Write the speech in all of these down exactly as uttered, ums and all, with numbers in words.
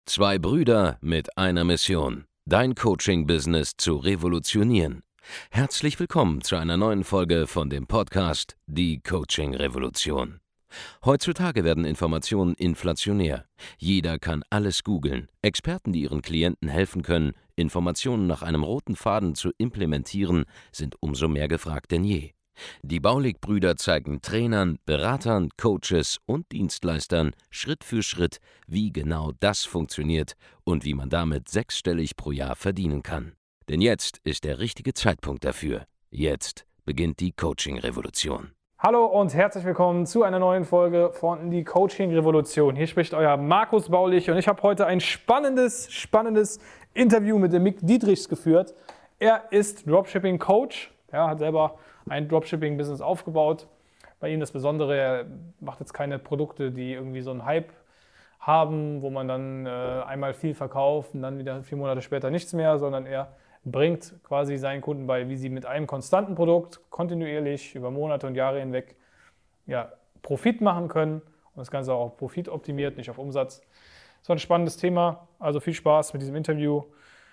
Zwei Brüder mit einer Mission, dein Coaching-Business zu revolutionieren. Herzlich willkommen zu einer neuen Folge von dem Podcast Die Coaching-Revolution. Heutzutage werden Informationen inflationär. Jeder kann alles googeln. Experten, die ihren Klienten helfen können, Informationen nach einem roten Faden zu implementieren, sind umso mehr gefragt denn je. Die Baulig-Brüder zeigen Trainern, Beratern, Coaches und Dienstleistern Schritt für Schritt, wie genau das funktioniert und wie man damit sechsstellig pro Jahr verdienen kann. Denn jetzt ist der richtige Zeitpunkt dafür. Jetzt beginnt die Coaching-Revolution. Hallo und herzlich willkommen zu einer neuen Folge von Die Coaching-Revolution. Hier spricht euer Markus Baulich und ich habe heute ein spannendes, spannendes Interview mit dem Mick Dietrichs geführt. Er ist Dropshipping-Coach, er hat selber ein Dropshipping-Business aufgebaut. Bei ihm das Besondere, er macht jetzt keine Produkte, die irgendwie so einen Hype haben, wo man dann äh, einmal viel verkauft und dann wieder vier Monate später nichts mehr, sondern er bringt quasi seinen Kunden bei, wie sie mit einem konstanten Produkt kontinuierlich über Monate und Jahre hinweg ja, Profit machen können und das Ganze auch auf Profit optimiert, nicht auf Umsatz. Das war ein spannendes Thema, also viel Spaß mit diesem Interview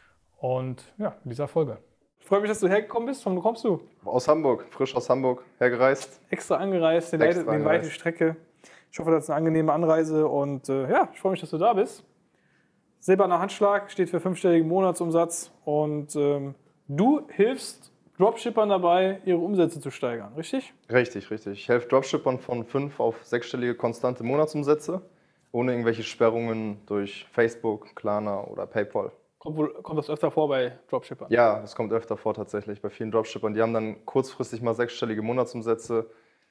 und ja, mit dieser Folge. Ich freue mich, dass du hergekommen bist. Von wo kommst du? Aus Hamburg, frisch aus Hamburg hergereist. Extra angereist, die weite Strecke. Ich hoffe, das ist eine angenehme Anreise und äh, ja, ich freue mich, dass du da bist. Silberner Handschlag steht für fünfstelligen Monatsumsatz und ähm, du hilfst Dropshippern dabei, ihre Umsätze zu steigern, richtig? Richtig, richtig. Ich helfe Dropshippern von fünf auf sechsstellige konstante Monatsumsätze, ohne irgendwelche Sperrungen durch Facebook, Klarna oder PayPal. Kommt, wohl, kommt das öfter vor bei Dropshippern? Ja, das kommt öfter vor tatsächlich bei vielen Dropshippern. Die haben dann kurzfristig mal sechsstellige Monatsumsätze,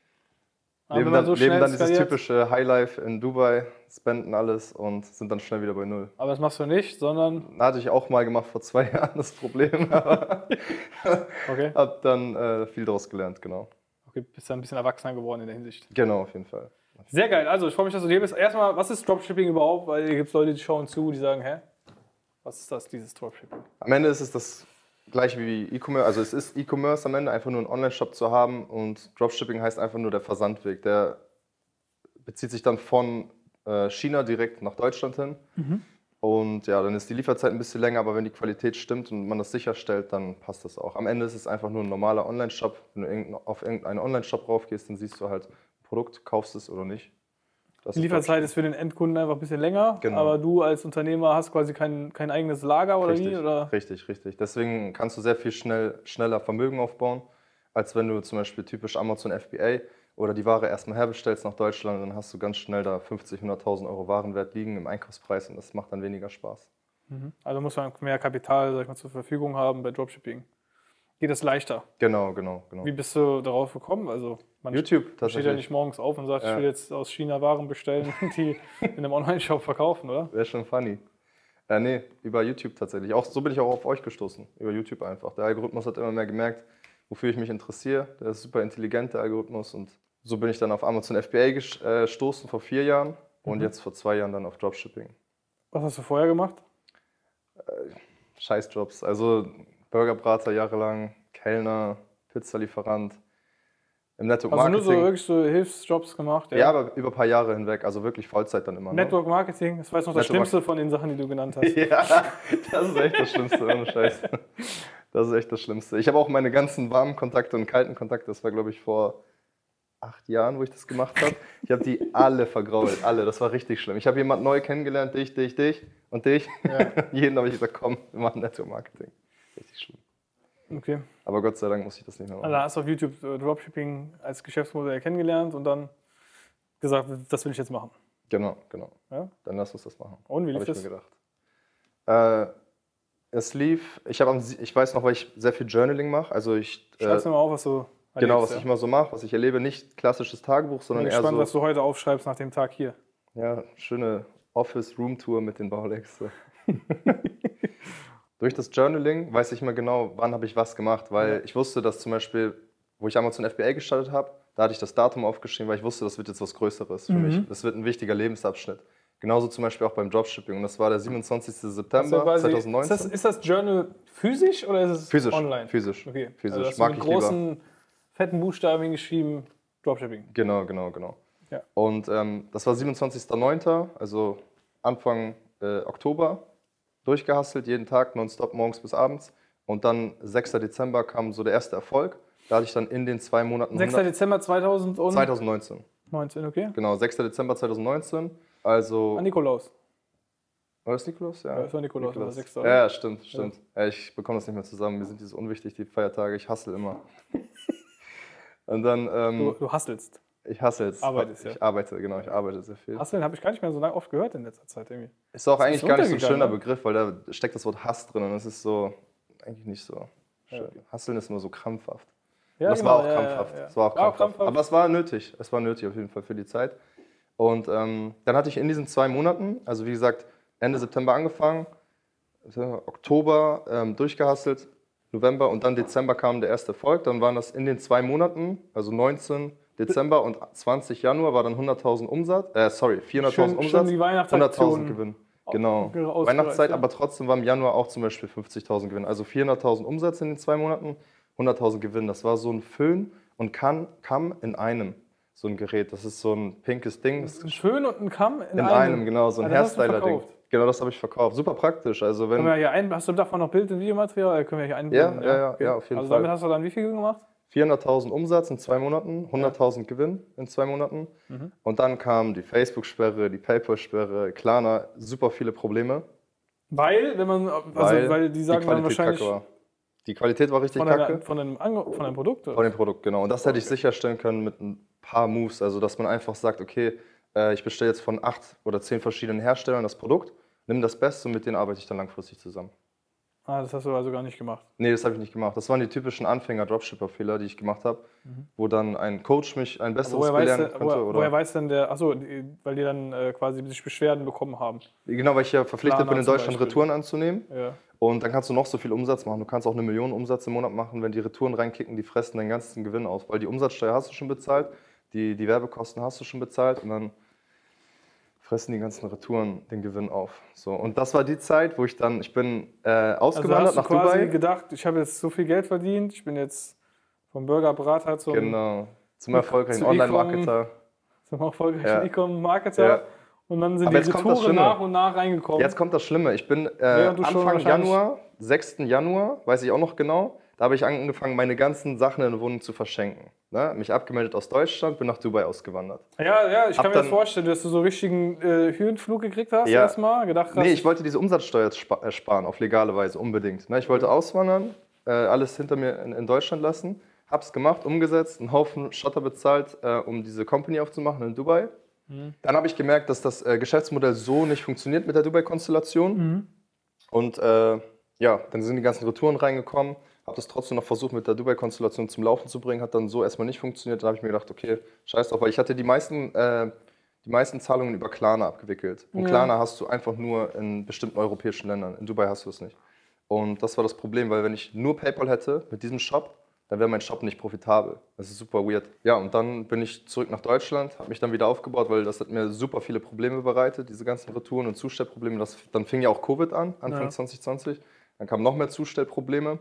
Aber leben dann, so leben dann dieses skaliert, typische Highlife in Dubai, spenden alles und sind dann schnell wieder bei Null. Aber das machst du nicht, sondern... Da hatte ich auch mal gemacht vor zwei Jahren das Problem, aber okay. habe dann äh, viel daraus gelernt, genau. Okay, bist dann ein bisschen erwachsener geworden in der Hinsicht. Genau, auf jeden Fall. Sehr geil, also ich freue mich, dass du hier bist. Erstmal, was ist Dropshipping überhaupt? Weil hier gibt es Leute, die schauen zu, die sagen, hä? Was ist das, dieses Dropshipping? Am Ende ist es das gleiche wie E-Commerce, also es ist E-Commerce am Ende, einfach nur einen Online-Shop zu haben und Dropshipping heißt einfach nur der Versandweg. Der bezieht sich dann von äh, China direkt nach Deutschland hin Mhm. und ja, dann ist die Lieferzeit ein bisschen länger, aber wenn die Qualität stimmt und man das sicherstellt, dann passt das auch. Am Ende ist es einfach nur ein normaler Online-Shop. Wenn du irgendein, auf irgendeinen Online-Shop raufgehst, dann siehst du halt ein Produkt, kaufst es oder nicht. Das Die Lieferzeit ist für den Endkunden einfach ein bisschen länger, Genau. aber du als Unternehmer hast quasi kein, kein eigenes Lager oder Richtig, wie? Oder? richtig, richtig. Deswegen kannst du sehr viel schnell, schneller Vermögen aufbauen, als wenn du zum Beispiel typisch Amazon F B A oder die Ware erstmal herbestellst nach Deutschland, dann hast du ganz schnell da fünfzig, hunderttausend Euro Warenwert liegen im Einkaufspreis und das macht dann weniger Spaß. Mhm. Also muss man mehr Kapital, sag ich mal, zur Verfügung haben bei Dropshipping. Geht es leichter? Genau, genau, genau. Wie bist du darauf gekommen? Also man YouTube steht tatsächlich. ja nicht morgens auf und sagt, Ja. ich will jetzt aus China Waren bestellen und die in einem Online-Shop verkaufen, oder? Wäre schon funny. Äh, nee, über YouTube tatsächlich. Auch, so bin ich auch auf euch gestoßen, über YouTube einfach. Der Algorithmus hat immer mehr gemerkt, wofür ich mich interessiere. Der ist super intelligent, der Algorithmus. Und so bin ich dann auf Amazon F B A gestoßen vor vier Jahren und Mhm. jetzt vor zwei Jahren dann auf Dropshipping. Was hast du vorher gemacht? Scheißjobs. Also Burgerbrater jahrelang, Kellner, Pizzalieferant, im Network Also nur Marketing. so wirklich so Hilfsjobs gemacht? ja, aber über ein paar Jahre hinweg, also wirklich Vollzeit dann immer. Ne? Network Marketing, das war jetzt noch das Network- Schlimmste von den Sachen, die du genannt hast. Ja, das ist echt das Schlimmste, ohne Scheiß. Das ist echt das Schlimmste. Ich habe auch meine ganzen warmen Kontakte und kalten Kontakte, das war glaube ich vor acht Jahren, wo ich das gemacht habe. Ich habe die alle vergrault, alle, das war richtig schlimm. Ich habe jemanden neu kennengelernt, dich, dich, dich und dich. Ja. Jeden habe ich gesagt, komm, wir machen Network Marketing. Richtig schlimm. Okay. Aber Gott sei Dank muss ich das nicht mehr machen. Also hast du auf YouTube äh, Dropshipping als Geschäftsmodell kennengelernt und dann gesagt, das will ich jetzt machen. Genau, genau. Ja? Dann lass uns das machen. Und wie Habe lief ich das? mir gedacht. Äh, es lief, ich, hab am, Sie- ich weiß noch, weil ich sehr viel Journaling mache. Also ich, äh, Schreib's mir mal auf, was du genau, erlebst, was ja. ich immer so mache, was ich erlebe. Nicht klassisches Tagebuch, Ich bin sondern eher gespannt, so was du heute aufschreibst nach dem Tag hier. ja, schöne Office-Room-Tour mit den Baulex. Durch das Journaling weiß ich immer genau, wann habe ich was gemacht, weil Ja. ich wusste, dass zum Beispiel, wo ich Amazon F B A gestartet habe, da hatte ich das Datum aufgeschrieben, weil ich wusste, das wird jetzt was Größeres für Mhm. mich. Das wird ein wichtiger Lebensabschnitt. Genauso zum Beispiel auch beim Dropshipping. Und das war der siebenundzwanzigster September Also quasi- zweitausendneunzehn. Ist das, ist das Journal physisch oder ist es Physisch, online? physisch, Okay. physisch. Also hast Mag du mit ich lieber. großen, fetten Buchstaben geschrieben, Dropshipping. Genau, genau, genau. Ja. Und ähm, das war siebenundzwanzigster neunter, also Anfang äh, Oktober durchgehustelt, jeden Tag, nonstop, morgens bis abends. Und dann sechster Dezember kam so der erste Erfolg. Da hatte ich dann in den zwei Monaten... sechster Dezember zweitausendneunzehn? zweitausendneunzehn. neunzehn, okay. Genau, sechster Dezember zweitausendneunzehn. Also... An Nikolaus. War das Nikolaus? Ja, ja das war Nikolaus, Nikolaus. Aber sechster. Ja, stimmt, stimmt. Ja. Ja, ich bekomme das nicht mehr zusammen. Mir sind diese unwichtig, die Feiertage. Ich hustle immer. Und dann... Ähm, du, du hustlest. Ich hustle jetzt. Arbeitest, ich ja. arbeite, genau, ich arbeite sehr viel. Hustlen habe ich gar nicht mehr so lange oft gehört in letzter Zeit irgendwie. Ist auch das eigentlich ist gar nicht so ein schöner ne? Begriff, weil da steckt das Wort Hass drin und das ist so eigentlich nicht so schön. Ja, okay. Hustlen ist immer so krampfhaft. Ja, das genau, war auch ja, krampfhaft. Ja, ja. Das war auch War krampfhaft. krampfhaft. Aber es war nötig. Es war nötig auf jeden Fall für die Zeit. Und ähm, dann hatte ich in diesen zwei Monaten, also wie gesagt, Ende September angefangen, Oktober ähm, durchgehustelt, November und dann Dezember kam der erste Erfolg. Dann waren das in den zwei Monaten, also neunzehn Dezember und zwanzig Januar war dann hunderttausend Umsatz, äh, sorry, vierhunderttausend Umsatz, hunderttausend Gewinn. Genau. Weihnachtszeit, ja. Aber trotzdem war im Januar auch zum Beispiel fünfzigtausend Gewinn. Also vierhunderttausend Umsatz in den zwei Monaten, hunderttausend Gewinn. Das war so ein Föhn und kann, Kamm in einem. So ein Gerät, das ist so ein pinkes Ding. Das ist ein Föhn und ein Kamm in, in einem. In einem, genau, so ein also Hairstyler-Ding. Genau, das habe ich verkauft. Super praktisch. Also wenn können wir hier ein, hast du davon noch Bild- und Videomaterial? Können wir hier einblenden? Ja, ja, ja, okay. ja, auf jeden also Fall. Also damit hast du dann wie viel gemacht? vierhunderttausend Umsatz in zwei Monaten, hunderttausend ja. Gewinn in zwei Monaten. Mhm. Und dann kam die Facebook-Sperre, die PayPal-Sperre, Klarna, super viele Probleme. Weil, wenn man, also weil, weil die sagen die dann wahrscheinlich... Kacke war. Die Qualität war richtig von kacke. Einer, von, einem Ange von einem Produkt? Oder? Von dem Produkt, genau. Und das hätte ich sicherstellen können mit ein paar Moves. Also, dass man einfach sagt, okay, äh, ich bestelle jetzt von acht oder zehn verschiedenen Herstellern das Produkt, nimm das Beste und mit denen arbeite ich dann langfristig zusammen. Ah, das hast du also gar nicht gemacht? Nee, das habe ich nicht gemacht. Das waren die typischen Anfänger-Dropshipper-Fehler, die ich gemacht habe, mhm. wo dann ein Coach mich ein besseres belehren könnte. Woher, oder? woher weiß denn der, achso, weil die dann äh, quasi sich Beschwerden bekommen haben? Genau, weil ich ja verpflichtet Klarna bin, in Deutschland Retouren anzunehmen. Ja. Und dann kannst du noch so viel Umsatz machen. Du kannst auch eine Million Umsatz im Monat machen, wenn die Retouren reinkicken, die fressen deinen ganzen Gewinn aus. Weil die Umsatzsteuer hast du schon bezahlt, die, die Werbekosten hast du schon bezahlt und dann fressen die ganzen Retouren den Gewinn auf. So, und das war die Zeit, wo ich dann, ich bin äh, ausgewandert also hast du nach quasi Dubai. Gedacht, ich habe jetzt so viel Geld verdient, ich bin jetzt vom Burgerberater zum, genau, zum erfolgreichen Online-Marketer. Zum erfolgreichen ja. E-Com-Marketer. Ja. Und dann sind Aber die Retouren nach und nach reingekommen. Jetzt kommt das Schlimme. Ich bin äh, Anfang Januar, sechsten Januar, weiß ich auch noch genau, da habe ich angefangen, meine ganzen Sachen in der Wohnung zu verschenken. Ne? Mich abgemeldet aus Deutschland, bin nach Dubai ausgewandert. Ja, ja, ich Hab kann mir das vorstellen, dass du so richtigen äh, Höhenflug gekriegt hast ja. erstmal. Gedacht hast, nee, ich wollte diese Umsatzsteuer spa sparen, auf legale Weise, unbedingt. Ne? Ich wollte auswandern, äh, alles hinter mir in, in Deutschland lassen. Hab's gemacht, umgesetzt, einen Haufen Schotter bezahlt, äh, um diese Company aufzumachen in Dubai. Mhm. Dann habe ich gemerkt, dass das äh, Geschäftsmodell so nicht funktioniert mit der Dubai-Konstellation. Mhm. Und äh, ja, dann sind die ganzen Retouren reingekommen. Habe das trotzdem noch versucht, mit der Dubai-Konstellation zum Laufen zu bringen. Hat dann so erstmal nicht funktioniert. Dann habe ich mir gedacht, okay, scheiß drauf. Weil ich hatte die meisten, äh, die meisten Zahlungen über Klarna abgewickelt. Und ja. Klarna hast du einfach nur in bestimmten europäischen Ländern. In Dubai hast du es nicht. Und das war das Problem, weil wenn ich nur PayPal hätte mit diesem Shop, dann wäre mein Shop nicht profitabel. Das ist super weird. Ja, und dann bin ich zurück nach Deutschland, habe mich dann wieder aufgebaut, weil das hat mir super viele Probleme bereitet, diese ganzen Retouren und Zustellprobleme. Das, dann fing ja auch Covid an, Anfang ja. zwanzig zwanzig. Dann kamen noch mehr Zustellprobleme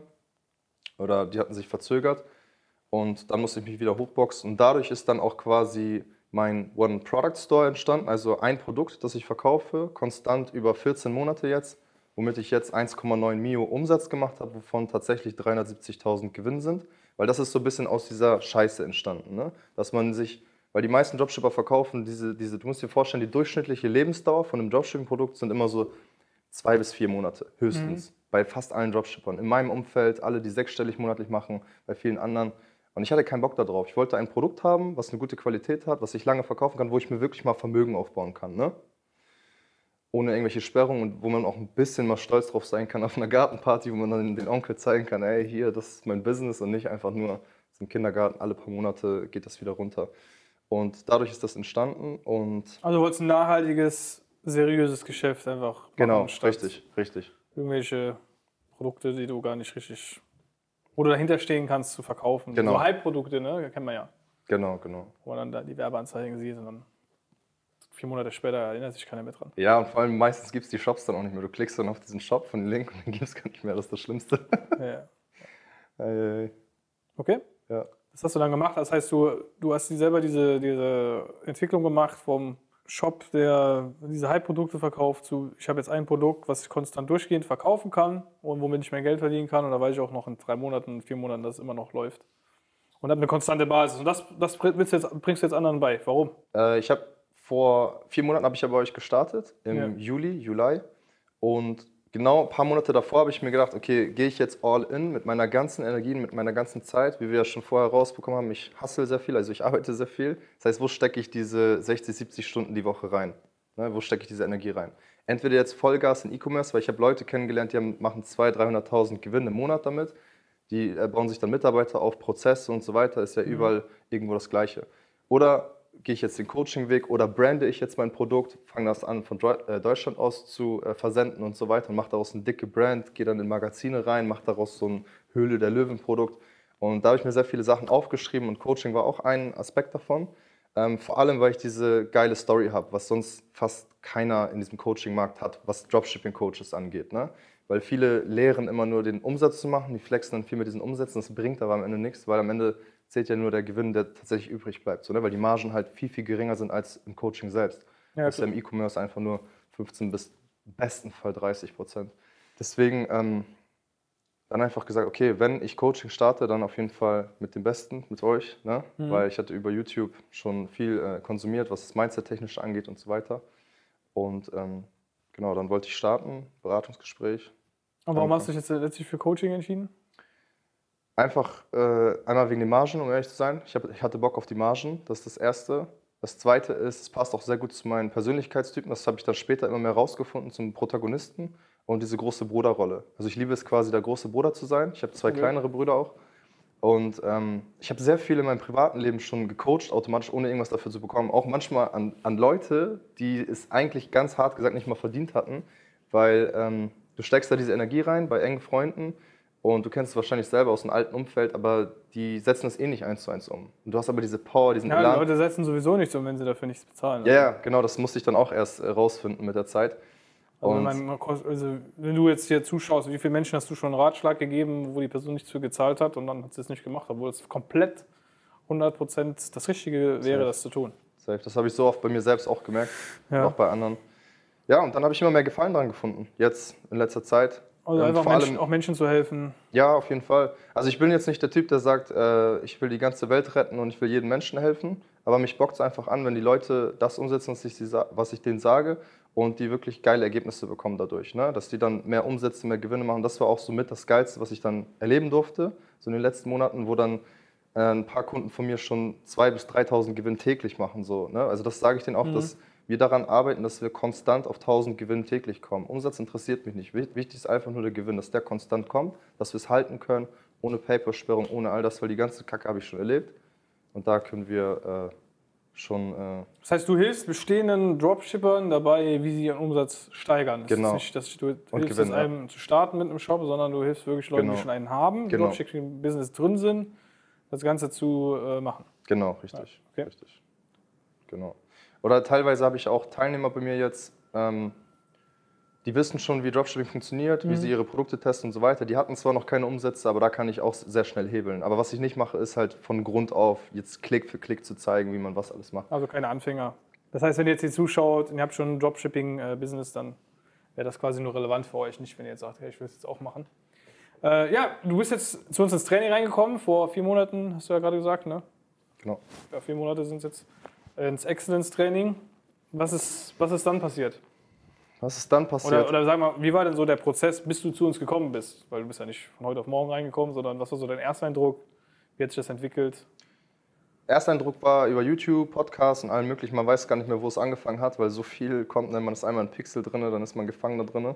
oder die hatten sich verzögert. Und dann musste ich mich wieder hochboxen. Und dadurch ist dann auch quasi mein One-Product-Store entstanden, also ein Produkt, das ich verkaufe, konstant über vierzehn Monate jetzt, womit ich jetzt eins Komma neun Mio Umsatz gemacht habe, wovon tatsächlich dreihundertsiebzigtausend Gewinn sind. Weil das ist so ein bisschen aus dieser Scheiße entstanden, ne? Dass man sich, weil die meisten Dropshipper verkaufen, diese, diese, du musst dir vorstellen, die durchschnittliche Lebensdauer von einem Dropshipping-Produkt sind immer so zwei bis vier Monate, höchstens. Mhm. Bei fast allen Dropshippern. In meinem Umfeld, alle, die sechsstellig monatlich machen, bei vielen anderen. Und ich hatte keinen Bock darauf. Ich wollte ein Produkt haben, was eine gute Qualität hat, was ich lange verkaufen kann, wo ich mir wirklich mal Vermögen aufbauen kann, ne? Ohne irgendwelche Sperrungen und wo man auch ein bisschen mal stolz drauf sein kann auf einer Gartenparty, wo man dann den Onkel zeigen kann, ey, hier, das ist mein Business und nicht einfach nur, das ist ein Kindergarten, alle paar Monate geht das wieder runter. Und dadurch ist das entstanden und... Also du wolltest ein nachhaltiges, seriöses Geschäft einfach machen. Genau, richtig, richtig. Irgendwelche Produkte, die du gar nicht richtig, wo du dahinter stehen kannst, zu verkaufen. Genau. So Halbprodukte, ne, kennt man ja. Genau, genau. Wo man dann da die Werbeanzeigen sieht und dann vier Monate später erinnert sich keiner mehr dran. Ja, und vor allem meistens gibt es die Shops dann auch nicht mehr. Du klickst dann auf diesen Shop von dem Link und dann gibt es gar nicht mehr. Das ist das Schlimmste. Ja. Ei, ei. Okay. Ja. Was hast du dann gemacht? Das heißt, du, du hast selber diese, diese Entwicklung gemacht vom Shop, der diese Hype-Produkte verkauft, zu ich habe jetzt ein Produkt, was ich konstant durchgehend verkaufen kann und womit ich mein Geld verdienen kann und da weiß ich auch noch in drei Monaten, vier Monaten, dass es immer noch läuft. Und habe eine konstante Basis. Und das, das willst du jetzt, bringst du jetzt anderen bei. Warum? Äh, ich habe vor vier Monaten habe ich ja bei euch gestartet, im Ja. Juli, Juli. Und genau ein paar Monate davor habe ich mir gedacht, okay, gehe ich jetzt all in mit meiner ganzen Energie, mit meiner ganzen Zeit, wie wir ja schon vorher rausbekommen haben, ich hustle sehr viel, also ich arbeite sehr viel. Das heißt, wo stecke ich diese sechzig, siebzig Stunden die Woche rein? Ne, wo stecke ich diese Energie rein? Entweder jetzt Vollgas in E-Commerce, weil ich habe Leute kennengelernt, die haben, machen zweihunderttausend, dreihunderttausend Gewinn im Monat damit. Die äh, bauen sich dann Mitarbeiter auf, Prozesse und so weiter, ist ja Mhm. überall irgendwo das Gleiche. Oder gehe ich jetzt den Coaching-Weg oder brande ich jetzt mein Produkt, fange das an von Deu- äh, Deutschland aus zu äh, versenden und so weiter und mache daraus eine dicke Brand, gehe dann in Magazine rein, mache daraus so ein Höhle der Löwen-Produkt. Und da habe ich mir sehr viele Sachen aufgeschrieben und Coaching war auch ein Aspekt davon. Ähm, vor allem, weil ich diese geile Story habe, was sonst fast keiner in diesem Coaching-Markt hat, was Dropshipping-Coaches angeht. Ne? Weil viele lehren immer nur den Umsatz zu machen, die flexen dann viel mit diesen Umsätzen, das bringt aber am Ende nichts, weil am Ende zählt ja nur der Gewinn, der tatsächlich übrig bleibt, so, ne? Weil die Margen halt viel, viel geringer sind als im Coaching selbst. Ja, das ist ja klar. im E-Commerce einfach nur fünfzehn bis im besten Fall dreißig Prozent. Deswegen ähm, dann einfach gesagt, okay, wenn ich Coaching starte, dann auf jeden Fall mit dem Besten, mit euch, ne? Mhm. Weil ich hatte über YouTube schon viel äh, konsumiert, was das Mindset-technisch angeht und so weiter. Und ähm, genau, dann wollte ich starten, Beratungsgespräch. Und warum hast du dich jetzt letztlich für Coaching entschieden? Einfach äh, einmal wegen den Margen, um ehrlich zu sein. Ich, hab, ich hatte Bock auf die Margen, das ist das Erste. Das Zweite ist, es passt auch sehr gut zu meinen Persönlichkeitstypen. Das habe ich dann später immer mehr rausgefunden zum Protagonisten und diese große Bruderrolle. Also ich liebe es quasi, der große Bruder zu sein. Ich habe zwei Okay. kleinere Brüder auch. Und ähm, ich habe sehr viel in meinem privaten Leben schon gecoacht, automatisch, ohne irgendwas dafür zu bekommen. Auch manchmal an, an Leute, die es eigentlich ganz hart gesagt nicht mal verdient hatten. Weil ähm, du steckst da diese Energie rein bei engen Freunden. Und du kennst es wahrscheinlich selber aus einem alten Umfeld, aber die setzen das eh nicht eins zu eins um. Und du hast aber diese Power, diesen Ja, die Elan. Leute setzen sowieso nichts um, wenn sie dafür nichts bezahlen. Ja, ja, genau, das musste ich dann auch erst äh, rausfinden mit der Zeit. Also, Und wenn, man, also wenn du jetzt hier zuschaust, wie viele Menschen hast du schon einen Ratschlag gegeben, wo die Person nichts für gezahlt hat und dann hat sie es nicht gemacht, obwohl es komplett hundert Prozent das Richtige wäre, das zu tun. safe, das habe ich so oft bei mir selbst auch gemerkt, Ja. und auch bei anderen. Ja, und dann habe ich immer mehr Gefallen dran gefunden, jetzt in letzter Zeit. Also Ähm, einfach vor Menschen, allem- auch Menschen zu helfen. Ja, auf jeden Fall. Also ich bin jetzt nicht der Typ, der sagt, äh, ich will die ganze Welt retten und ich will jedem Menschen helfen. Aber mich bockt es einfach an, wenn die Leute das umsetzen, was ich, sie sa- was ich denen sage und die wirklich geile Ergebnisse bekommen dadurch. Ne? Dass die dann mehr Umsätze, mehr Gewinne machen. Das war auch so mit das Geilste, was ich dann erleben durfte, so in den letzten Monaten, wo dann äh, ein paar Kunden von mir schon zweitausend bis dreitausend Gewinn täglich machen. So, ne? Also das sage ich denen auch, Mhm. dass wir daran arbeiten, dass wir konstant auf tausend Gewinn täglich kommen. Umsatz interessiert mich nicht. Wichtig ist einfach nur der Gewinn, dass der konstant kommt, dass wir es halten können, ohne Papersperrung, ohne all das, weil die ganze Kacke habe ich schon erlebt. Und da können wir äh, schon... Äh, Das heißt, du hilfst bestehenden Dropshippern dabei, wie sie ihren Umsatz steigern. Es Genau. ist nicht, dass du Und hilfst gewinnen, es einem zu starten mit einem Shop, sondern du hilfst wirklich Leuten, Genau. die schon einen haben, die Genau. Dropshipping-Business drin sind, das Ganze zu äh, machen. Genau, richtig. Okay. richtig. Genau. Oder teilweise habe ich auch Teilnehmer bei mir jetzt, ähm, die wissen schon, wie Dropshipping funktioniert, wie Mhm. sie ihre Produkte testen und so weiter. Die hatten zwar noch keine Umsätze, aber da kann ich auch sehr schnell hebeln. Aber was ich nicht mache, ist halt von Grund auf jetzt Klick für Klick zu zeigen, wie man was alles macht. Also keine Anfänger. Das heißt, wenn ihr jetzt hier zuschaut und ihr habt schon ein Dropshipping-Business, dann wäre das quasi nur relevant für euch, nicht wenn ihr jetzt sagt, hey, ich will es jetzt auch machen. Äh, ja, du bist jetzt zu uns ins Training reingekommen, vor vier Monaten, hast du ja gerade gesagt, ne? Genau. Ja, vier Monate sind es jetzt ins Excellence-Training. Was ist, was ist dann passiert? Was ist dann Oder, passiert? oder sag mal, wie war denn so der Prozess, bis du zu uns gekommen bist? Weil du bist ja nicht von heute auf morgen reingekommen, sondern was war so dein Ersteindruck? Wie hat sich das entwickelt? Ersteindruck war über YouTube, Podcasts und allem möglichen. Man weiß gar nicht mehr, wo es angefangen hat, weil so viel kommt. Ne? Man ist einmal ein Pixel drin, dann ist man gefangen da drin.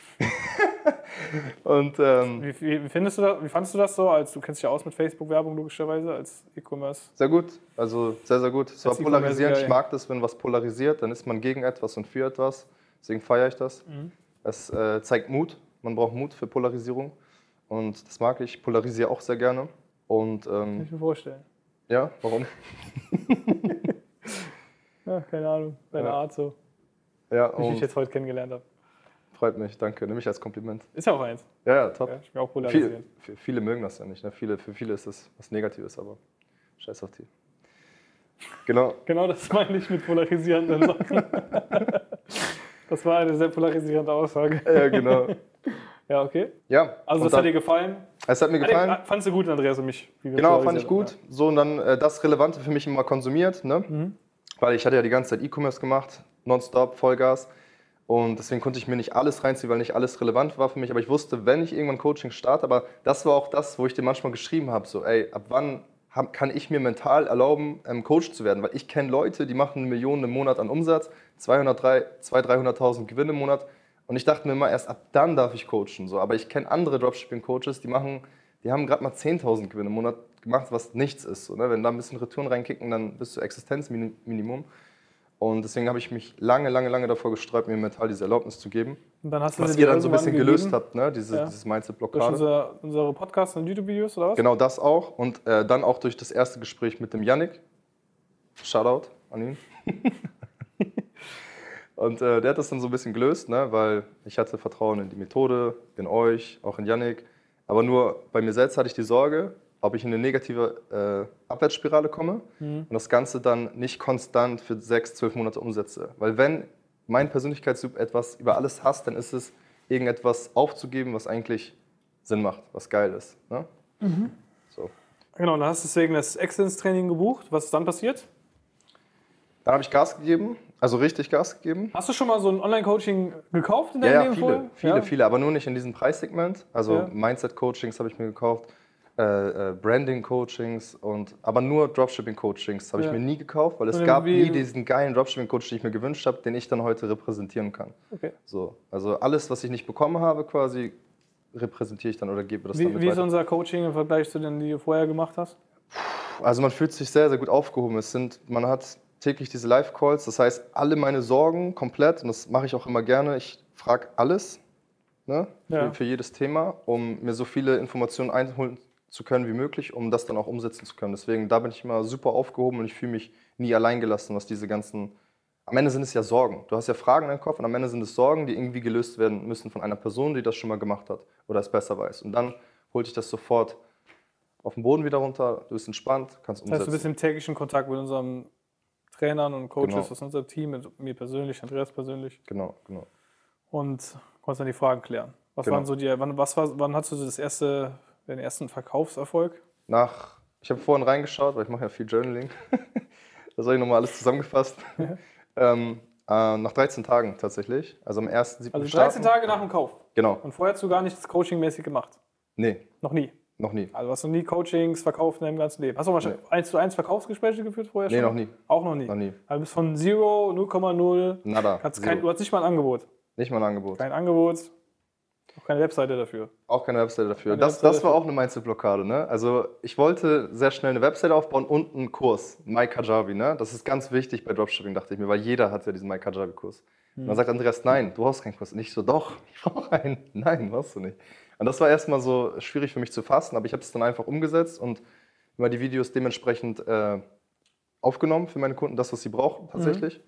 Und ähm, Wie, wie, wie, findest du das, wie fandest du das so? Als, du kennst dich ja aus mit Facebook-Werbung logischerweise, als E-Commerce. sehr gut, also sehr, sehr gut. Es war Als E-Commerce polarisierend. Guy. Ich mag das, wenn was polarisiert, dann ist man gegen etwas und für etwas. Deswegen feiere ich das. Mhm. Es äh, zeigt Mut. Man braucht Mut für Polarisierung. Und das mag ich. Ich polarisiere auch sehr gerne. Und Kann ähm, ich mir vorstellen. ja, warum? Ja, keine Ahnung, deine Ja. Art so, Ja, wie ich dich und jetzt heute kennengelernt habe. freut mich, danke. Nehme ich als Kompliment. Ist ja auch eins. Ja, ja, top. Ja, ich bin auch Viele, polarisiert. viele mögen das ja nicht. Ne? Viele, für viele ist das was Negatives, aber scheiß auf die. Genau. Genau das meine ich mit polarisierenden Sachen. Das war eine sehr polarisierende Aussage. Ja, genau. Ja, okay. Ja. Also und das dann, hat dir gefallen? Es hat mir gefallen. Ah, fandst du gut, Andreas und mich? Wie wir Genau, fand ich polarisiert gut. So, und dann äh, das Relevante für mich immer konsumiert, ne? Mhm. Weil ich hatte ja die ganze Zeit E-Commerce gemacht, nonstop, Vollgas. Und deswegen konnte ich mir nicht alles reinziehen, weil nicht alles relevant war für mich. Aber ich wusste, wenn ich irgendwann Coaching starte, aber das war auch das, wo ich dir manchmal geschrieben habe, so, ey, ab wann hab, kann ich mir mental erlauben, ähm, Coach zu werden? Weil ich kenne Leute, die machen Millionen im Monat an Umsatz, zweihunderttausend, dreihunderttausend Gewinn im Monat. Und ich dachte mir immer, erst ab dann darf ich coachen. So. Aber ich kenne andere Dropshipping-Coaches, die machen, die haben gerade mal zehntausend Gewinn im Monat gemacht, was nichts ist. So, ne? Wenn da ein bisschen Return reinkicken, dann bist du Existenzminimum. Und deswegen habe ich mich lange, lange, lange davor gesträubt, mir mental diese Erlaubnis zu geben. Und dann hast du was sie ihr dir dann so ein bisschen irgendwann gelöst gegeben? habt, ne? Diese, Ja. dieses Durch Mindset-Blockade. unser, unsere Podcasts und YouTube-Videos oder was? Genau das auch. Und äh, dann auch durch das erste Gespräch mit dem Yannick. Shoutout an ihn. Und äh, der hat das dann so ein bisschen gelöst, ne? Weil ich hatte Vertrauen in die Methode, in euch, auch in Yannick. Aber nur bei mir selbst hatte ich die Sorge, ob ich in eine negative äh, Abwärtsspirale komme Mhm. und das Ganze dann nicht konstant für sechs, zwölf Monate umsetze. Weil wenn mein Persönlichkeitstyp etwas über alles hasst, dann ist es, irgendetwas aufzugeben, was eigentlich Sinn macht, was geil ist. Ne? Mhm. So. Genau, dann hast du deswegen das Excellence-Training gebucht. Was ist dann passiert? Dann habe ich Gas gegeben, also richtig Gas gegeben. Hast du schon mal so ein Online-Coaching gekauft in Ja, deinem ja, Leben viele, vorher? viele, Ja. viele, aber nur nicht in diesem Preissegment. Also Ja. Mindset-Coachings habe ich mir gekauft, äh, äh, Branding-Coachings, und aber nur Dropshipping-Coachings habe Ja. ich mir nie gekauft, weil es Und gab wie- nie diesen geilen Dropshipping-Coach, den ich mir gewünscht habe, den ich dann heute repräsentieren kann. Okay. So, also alles, was ich nicht bekommen habe, quasi repräsentiere ich dann oder gebe das dann Wie, mit wie ist weiter. unser Coaching im Vergleich zu denen, die du vorher gemacht hast? Also man fühlt sich sehr, sehr gut aufgehoben. Es sind, man hat täglich diese Live-Calls, das heißt, alle meine Sorgen komplett, und das mache ich auch immer gerne, ich frage alles, ne, Ja. für, für jedes Thema, um mir so viele Informationen einholen zu können wie möglich, um das dann auch umsetzen zu können. Deswegen, da bin ich immer super aufgehoben und ich fühle mich nie alleingelassen, was diese ganzen, am Ende sind es ja Sorgen. Du hast ja Fragen in deinem Kopf und am Ende sind es Sorgen, die irgendwie gelöst werden müssen von einer Person, die das schon mal gemacht hat oder es besser weiß. Und dann holt dich das sofort auf den Boden wieder runter, du bist entspannt, kannst Das heißt, umsetzen. du bist im täglichen Kontakt mit unseren Trainern und Coaches Genau. aus unserem Team, mit mir persönlich, Andreas persönlich, Genau, genau. und konntest dann die Fragen klären. Was Genau. waren so die, wann, was war, wann hattest du das erste, den ersten Verkaufserfolg? Nach, ich habe vorhin reingeschaut, weil ich mache ja viel Journaling. Das habe ich nochmal alles zusammengefasst. ähm, äh, nach dreizehn Tagen tatsächlich, also am ersten siebten Also dreizehn Tage nach dem Kauf. Genau. Und vorher hast du gar nichts coachingmäßig gemacht? Nee, Noch nie? noch nie. Also hast du nie Coachings verkauft in deinem ganzen Leben? Hast du mal Nee. eins zu eins Verkaufsgespräche geführt vorher Nee, schon? noch nie. Auch noch nie? Noch nie. Also du bist von Zero, null Komma null, Nada. hast Zero. kein, du hast nicht mal ein Angebot. Nicht mal ein Angebot. Kein Angebot, auch keine Webseite dafür. Auch keine Webseite dafür. Keine Das, Webseite das war dafür. auch eine Mindset-Blockade. Ne? Also ich wollte sehr schnell eine Webseite aufbauen und einen Kurs, MyKajabi. Ne? Das ist ganz wichtig bei Dropshipping, dachte ich mir, weil jeder hat ja diesen MyKajabi-Kurs. Und dann sagt Andreas, nein, du brauchst keinen Kurs. Und ich so, doch, ich brauche einen. Nein, brauchst du nicht. Und das war erstmal so schwierig für mich zu fassen, aber ich habe es dann einfach umgesetzt und immer die Videos dementsprechend äh, aufgenommen für meine Kunden, das, was sie brauchen tatsächlich.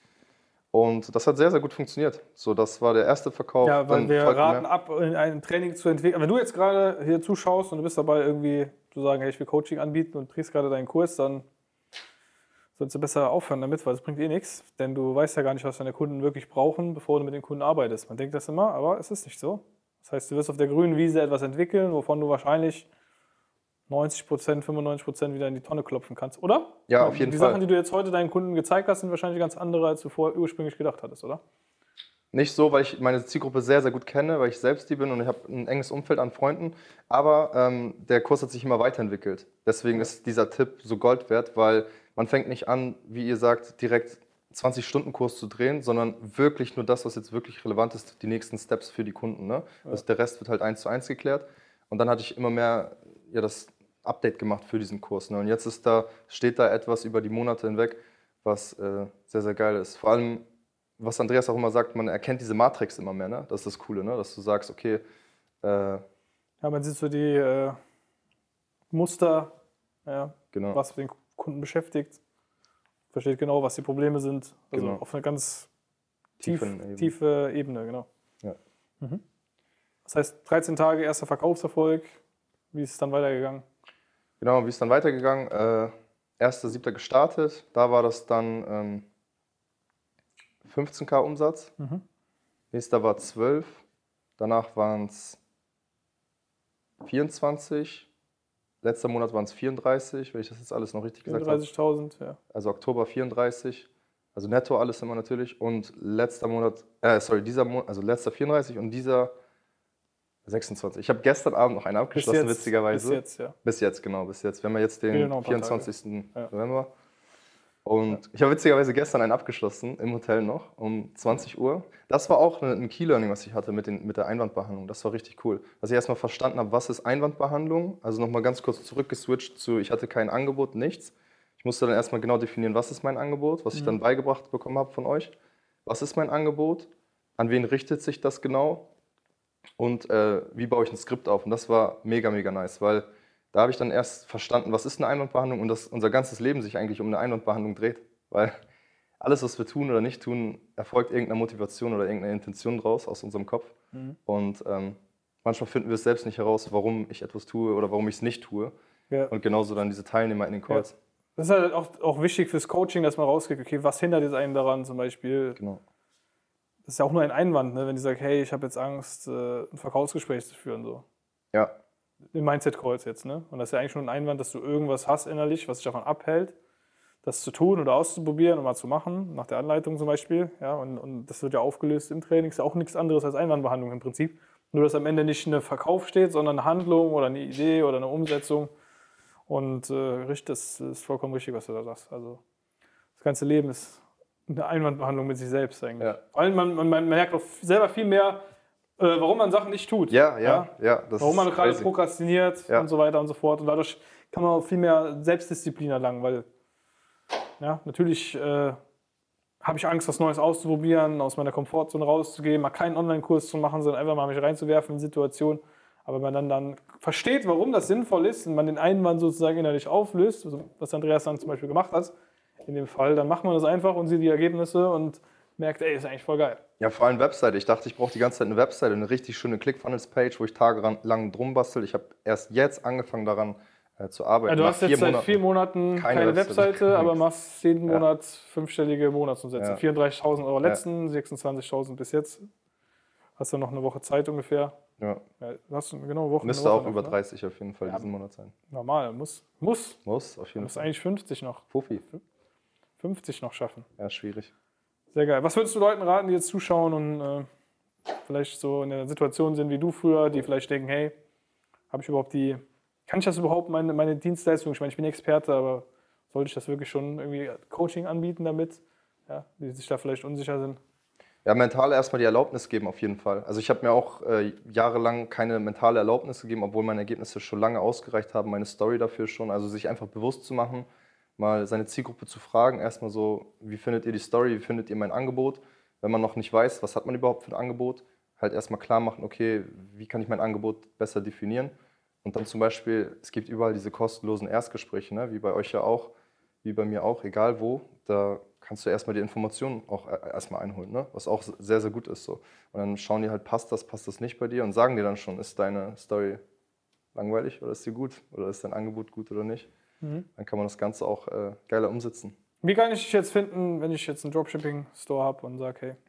Und das hat sehr, sehr gut funktioniert. So, das war der erste Verkauf. Ja, weil Dann wir folgten raten mehr. ab, in einem Training zu entwickeln. Wenn du jetzt gerade hier zuschaust und du bist dabei, irgendwie zu sagen, hey, ich will Coaching anbieten und kriegst gerade deinen Kurs, dann solltest du besser aufhören damit, weil es bringt eh nichts. Denn du weißt ja gar nicht, was deine Kunden wirklich brauchen, bevor du mit den Kunden arbeitest. Man denkt das immer, aber es ist nicht so. Das heißt, du wirst auf der grünen Wiese etwas entwickeln, wovon du wahrscheinlich neunzig Prozent, fünfundneunzig Prozent wieder in die Tonne klopfen kannst, oder? Ja, auf jeden die Fall. Sachen, die du jetzt heute deinen Kunden gezeigt hast, sind wahrscheinlich ganz andere, als du vorher ursprünglich gedacht hattest, oder? Nicht so, weil ich meine Zielgruppe sehr, sehr gut kenne, weil ich selbst die bin und ich habe ein enges Umfeld an Freunden. Aber ähm, der Kurs hat sich immer weiterentwickelt. Deswegen ist dieser Tipp so Gold wert, weil man fängt nicht an, wie ihr sagt, direkt zwanzig-Stunden-Kurs zu drehen, sondern wirklich nur das, was jetzt wirklich relevant ist, die nächsten Steps für die Kunden. Ne? Also der Rest wird halt eins zu eins geklärt. Und dann hatte ich immer mehr ja, das Update gemacht für diesen Kurs. Ne? Und jetzt ist da, steht da etwas über die Monate hinweg, was äh, sehr, sehr geil ist. Vor allem, was Andreas auch immer sagt, man erkennt diese Matrix immer mehr. Ne? Das ist das Coole, ne? Dass du sagst, okay, äh, Ja, man sieht so die äh, Muster, ja, genau. was den Kunden beschäftigt, versteht genau, was die Probleme sind. Also Genau. auf eine ganz tief, Tiefen Ebene. tiefe Ebene, genau. Ja. Mhm. Das heißt, dreizehn Tage, erster Verkaufserfolg. Wie ist es dann weitergegangen? Genau, wie ist dann weitergegangen? Äh, erster siebter gestartet, da war das dann ähm, fünfzehn K Umsatz. Mhm. Nächster war zwölf, danach waren es vierundzwanzig, letzter Monat waren es vierunddreißig, wenn ich das jetzt alles noch richtig gesagt habe. vierunddreißigtausend, ja. Also Oktober vierunddreißig, also netto alles immer natürlich. Und letzter Monat, äh, sorry, dieser Monat, also letzter vierunddreißig und dieser sechsundzwanzig. Ich habe gestern Abend noch einen abgeschlossen, bis jetzt, witzigerweise. Bis jetzt, ja. Bis jetzt, genau, bis jetzt. Wir haben ja jetzt Fehlen den noch ein paar vierundzwanzigsten Ja. November. Und ich habe witzigerweise gestern einen abgeschlossen, im Hotel noch, um zwanzig Uhr. Das war auch ein Key-Learning, was ich hatte mit, den, mit der Einwandbehandlung. Das war richtig cool. Dass ich erstmal verstanden habe, was ist Einwandbehandlung. Also nochmal ganz kurz zurückgeswitcht zu, ich hatte kein Angebot, nichts. Ich musste dann erstmal genau definieren, was ist mein Angebot, was ich dann beigebracht bekommen habe von euch. Was ist mein Angebot? An wen richtet sich das genau? Und äh, wie baue ich ein Skript auf? Und das war mega, mega nice, weil da habe ich dann erst verstanden, was ist eine Einwandbehandlung und dass unser ganzes Leben sich eigentlich um eine Einwandbehandlung dreht. Weil alles, was wir tun oder nicht tun, erfolgt irgendeiner Motivation oder irgendeiner Intention draus aus unserem Kopf. Mhm. Und ähm, manchmal finden wir es selbst nicht heraus, warum ich etwas tue oder warum ich es nicht tue. Ja. Und genauso dann diese Teilnehmer in den Calls. Ja. Das ist halt auch, auch wichtig fürs Coaching, dass man rauskriegt, okay, was hindert jetzt einen daran zum Beispiel. Genau. Das ist ja auch nur ein Einwand, ne? Wenn die sagt, hey, ich habe jetzt Angst, ein Verkaufsgespräch zu führen. So. Ja. Im Mindset-Calls jetzt. Ne? Und das ist ja eigentlich nur ein Einwand, dass du irgendwas hast innerlich, was dich davon abhält, das zu tun oder auszuprobieren und mal zu machen, nach der Anleitung zum Beispiel. Ja? Und, und das wird ja aufgelöst im Training, ist ja auch nichts anderes als Einwandbehandlung im Prinzip. Nur, dass am Ende nicht eine Verkauf steht, sondern eine Handlung oder eine Idee oder eine Umsetzung. Und äh, das ist vollkommen richtig, was du da sagst. Also das ganze Leben ist eine Einwandbehandlung mit sich selbst eigentlich. Ja. Vor allem, man, man, man merkt auch selber viel mehr, äh, warum man Sachen nicht tut. Ja, ja, ja. Das warum man ist gerade crazy. prokrastiniert Ja. und so weiter und so fort. Und dadurch kann man auch viel mehr Selbstdisziplin erlangen, weil ja, natürlich äh, habe ich Angst, was Neues auszuprobieren, aus meiner Komfortzone rauszugehen, mal keinen Online-Kurs zu machen, sondern einfach mal mich reinzuwerfen in Situationen. Aber wenn man dann, dann versteht, warum das sinnvoll ist und man den Einwand sozusagen innerlich auflöst, also was Andreas dann zum Beispiel gemacht hat, in dem Fall, dann macht man das einfach und sieht die Ergebnisse und merkt, ey, ist eigentlich voll geil. Ja, vor allem Webseite. Ich dachte, ich brauche die ganze Zeit eine Webseite, eine richtig schöne ClickFunnels-Page, wo ich tagelang drum bastel. Ich habe erst jetzt angefangen daran äh, zu arbeiten. Ja, du Nach hast jetzt vier seit Monaten vier Monaten keine, keine Webseite, Webseite, aber nichts. machst jeden Ja. Monat fünfstellige Monatsumsätze. Ja. vierunddreißigtausend Euro letzten, sechsundzwanzigtausend bis jetzt. Hast du noch eine Woche Zeit ungefähr? Ja. Ja, hast du genau eine Woche. Müsste eine auch Woche über noch, ne? dreißig auf jeden Fall Ja. diesen Monat sein. Normal, muss. Muss. Muss, auf Du jeden musst Fall. eigentlich fünfzig noch. Profi. fünfzig noch schaffen. Ja, schwierig. Sehr geil. Was würdest du Leuten raten, die jetzt zuschauen und äh, vielleicht so in der Situation sind wie du früher, die vielleicht denken, hey, habe ich überhaupt die, kann ich das überhaupt, meine, meine Dienstleistung, ich meine, ich bin Experte, aber sollte ich das wirklich schon irgendwie Coaching anbieten damit, ja, die sich da vielleicht unsicher sind? Ja, mental erstmal die Erlaubnis geben, auf jeden Fall. Also ich habe mir auch äh, jahrelang keine mentale Erlaubnis gegeben, obwohl meine Ergebnisse schon lange ausgereicht haben, meine Story dafür schon. Also sich einfach bewusst zu machen, mal seine Zielgruppe zu fragen, erstmal so, wie findet ihr die Story, wie findet ihr mein Angebot? Wenn man noch nicht weiß, was hat man überhaupt für ein Angebot, halt erstmal klar machen, okay, wie kann ich mein Angebot besser definieren? Und dann zum Beispiel, es gibt überall diese kostenlosen Erstgespräche, ne? Wie bei euch ja auch, wie bei mir auch, egal wo, da kannst du erstmal die Informationen auch erstmal einholen, ne? Was auch sehr, sehr gut ist. So. Und dann schauen die halt, passt das, passt das nicht bei dir und sagen dir dann schon, ist deine Story langweilig oder ist sie gut oder ist dein Angebot gut oder nicht? Mhm. Dann kann man das Ganze auch äh, geiler umsetzen. Wie kann ich dich jetzt finden, wenn ich jetzt einen Dropshipping-Store habe und sage, hey,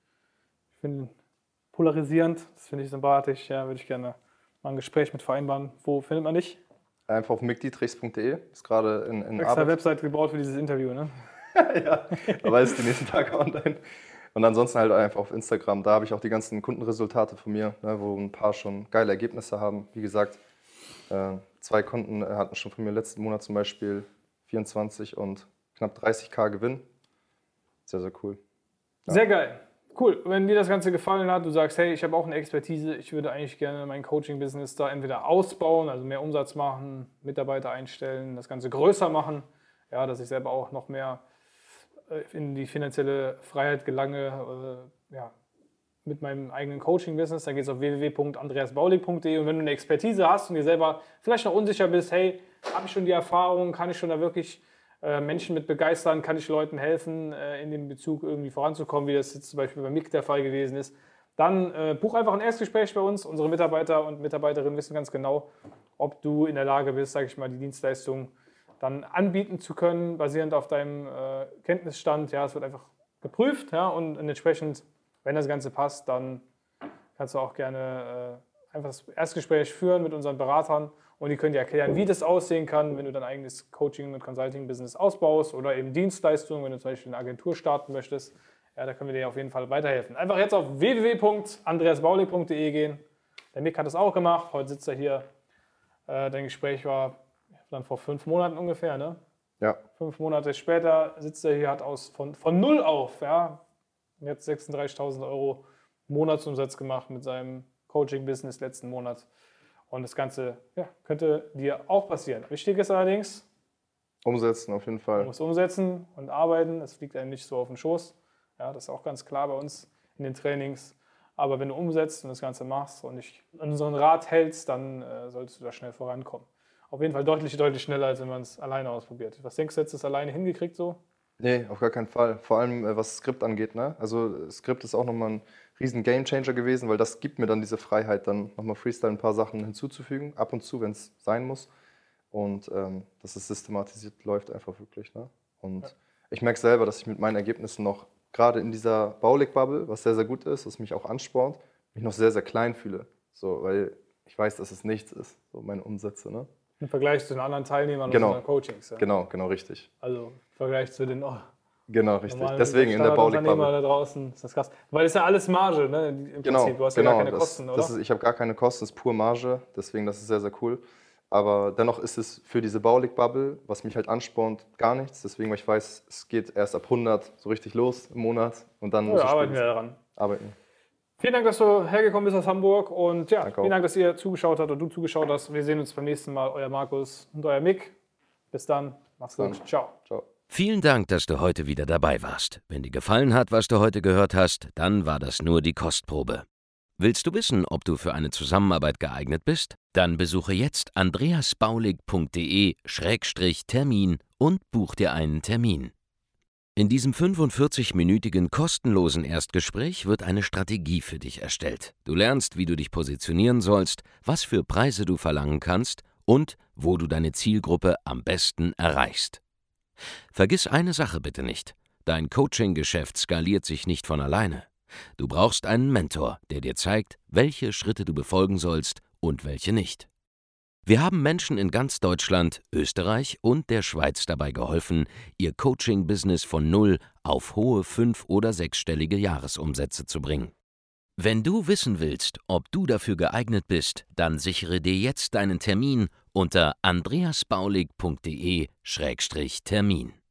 ich finde ihn polarisierend, das finde ich sympathisch, ja, würde ich gerne mal ein Gespräch mit vereinbaren. Wo findet man dich? Einfach auf mick dietrichs punkt de, ist gerade in, in Extra Arbeit. Website gebaut für dieses Interview, ne? Ja, aber ist die nächsten Tage online. Und ansonsten halt einfach auf Instagram, da habe ich auch die ganzen Kundenresultate von mir, ne, wo ein paar schon geile Ergebnisse haben. Wie gesagt, äh, zwei Kunden hatten schon von mir letzten Monat zum Beispiel vierundzwanzig und knapp dreißigtausend Gewinn. Sehr, sehr cool. Ja. Sehr geil. Cool. Wenn dir das Ganze gefallen hat, du sagst, hey, ich habe auch eine Expertise, ich würde eigentlich gerne mein Coaching-Business da entweder ausbauen, also mehr Umsatz machen, Mitarbeiter einstellen, das Ganze größer machen, ja, dass ich selber auch noch mehr in die finanzielle Freiheit gelange, äh, ja, mit meinem eigenen Coaching-Business, dann geht's auf w w w punkt andreas baulig punkt de und wenn du eine Expertise hast und dir selber vielleicht noch unsicher bist, hey, habe ich schon die Erfahrung, kann ich schon da wirklich äh, Menschen mit begeistern, kann ich Leuten helfen, äh, in dem Bezug irgendwie voranzukommen, wie das jetzt zum Beispiel bei Mick der Fall gewesen ist, dann äh, buch einfach ein Erstgespräch bei uns. Unsere Mitarbeiter und Mitarbeiterinnen wissen ganz genau, ob du in der Lage bist, sage ich mal, die Dienstleistung dann anbieten zu können, basierend auf deinem äh, Kenntnisstand. Ja, es wird einfach geprüft, ja, und entsprechend, wenn das Ganze passt, dann kannst du auch gerne äh, einfach das Erstgespräch führen mit unseren Beratern und die können dir erklären, wie das aussehen kann, wenn du dein eigenes Coaching- und Consulting-Business ausbaust oder eben Dienstleistungen, wenn du zum Beispiel eine Agentur starten möchtest. Ja, da können wir dir auf jeden Fall weiterhelfen. Einfach jetzt auf w w w punkt andreas baulig punkt d e gehen. Der Mick hat das auch gemacht. Heute sitzt er hier. Äh, dein Gespräch war dann vor fünf Monaten ungefähr, ne? Ja. Fünf Monate später sitzt er hier, hat aus von, von null auf, ja, jetzt sechsunddreißigtausend Euro Monatsumsatz gemacht mit seinem Coaching-Business letzten Monat. Und das Ganze ja, könnte dir auch passieren. Wichtig ist allerdings, Umsetzen auf jeden Fall. du musst umsetzen und arbeiten. Es liegt einem nicht so auf den Schoß. Ja, das ist auch ganz klar bei uns in den Trainings. Aber wenn du umsetzt und das Ganze machst und dich an unseren Rat hältst, dann äh, solltest du da schnell vorankommen. Auf jeden Fall deutlich, deutlich schneller, als wenn man es alleine ausprobiert. Was denkst du, hättest du es alleine hingekriegt so? Nee, auf gar keinen Fall. Vor allem, äh, was Skript angeht. Ne? Also Skript ist auch nochmal ein riesen Gamechanger gewesen, weil das gibt mir dann diese Freiheit, dann nochmal Freestyle ein paar Sachen hinzuzufügen, ab und zu, wenn es sein muss. Und ähm, dass es systematisiert läuft einfach wirklich. Ne? Und ja. Ich merke selber, dass ich mit meinen Ergebnissen noch, gerade in dieser Baulig-Bubble, was sehr, sehr gut ist, was mich auch anspornt, mich noch sehr, sehr klein fühle. So, weil ich weiß, dass es nichts ist, so meine Umsätze. Ne? Im Vergleich zu den anderen Teilnehmern genau. unserer Coachings. Ja. Genau, genau, richtig. Also im Vergleich zu den oh, genau, richtig. Deswegen in der Baulig-Bubble. Da draußen ist das krass. Weil das ist ja alles Marge, ne? Im genau, Prinzip. Du hast genau, ja gar keine das, Kosten, oder? Das ist, ich habe gar keine Kosten, es ist pur Marge. Deswegen, das ist sehr, sehr cool. Aber dennoch ist es für diese Baulig-Bubble, was mich halt anspornt, gar nichts. Deswegen, weil ich weiß, es geht erst ab hundert so richtig los im Monat. Und dann ja, muss ich arbeiten wir daran. Arbeiten. Vielen Dank, dass du hergekommen bist aus Hamburg. Und ja, Danke vielen auch. Dank, dass ihr zugeschaut habt oder du zugeschaut hast. Wir sehen uns beim nächsten Mal. Euer Markus und euer Mick. Bis dann. Macht's Bis gut. dann. Ciao. Ciao. Vielen Dank, dass du heute wieder dabei warst. Wenn dir gefallen hat, was du heute gehört hast, dann war das nur die Kostprobe. Willst du wissen, ob du für eine Zusammenarbeit geeignet bist? Dann besuche jetzt andreas baulig punkt de Schrägstrich Termin und buch dir einen Termin. In diesem fünfundvierzig-minütigen kostenlosen Erstgespräch wird eine Strategie für dich erstellt. Du lernst, wie du dich positionieren sollst, was für Preise du verlangen kannst und wo du deine Zielgruppe am besten erreichst. Vergiss eine Sache bitte nicht: Dein Coaching-Geschäft skaliert sich nicht von alleine. Du brauchst einen Mentor, der dir zeigt, welche Schritte du befolgen sollst und welche nicht. Wir haben Menschen in ganz Deutschland, Österreich und der Schweiz dabei geholfen, ihr Coaching-Business von null auf hohe fünf- oder sechsstellige Jahresumsätze zu bringen. Wenn du wissen willst, ob du dafür geeignet bist, dann sichere dir jetzt deinen Termin unter andreas baulig punkt de Schrägstrich Termin.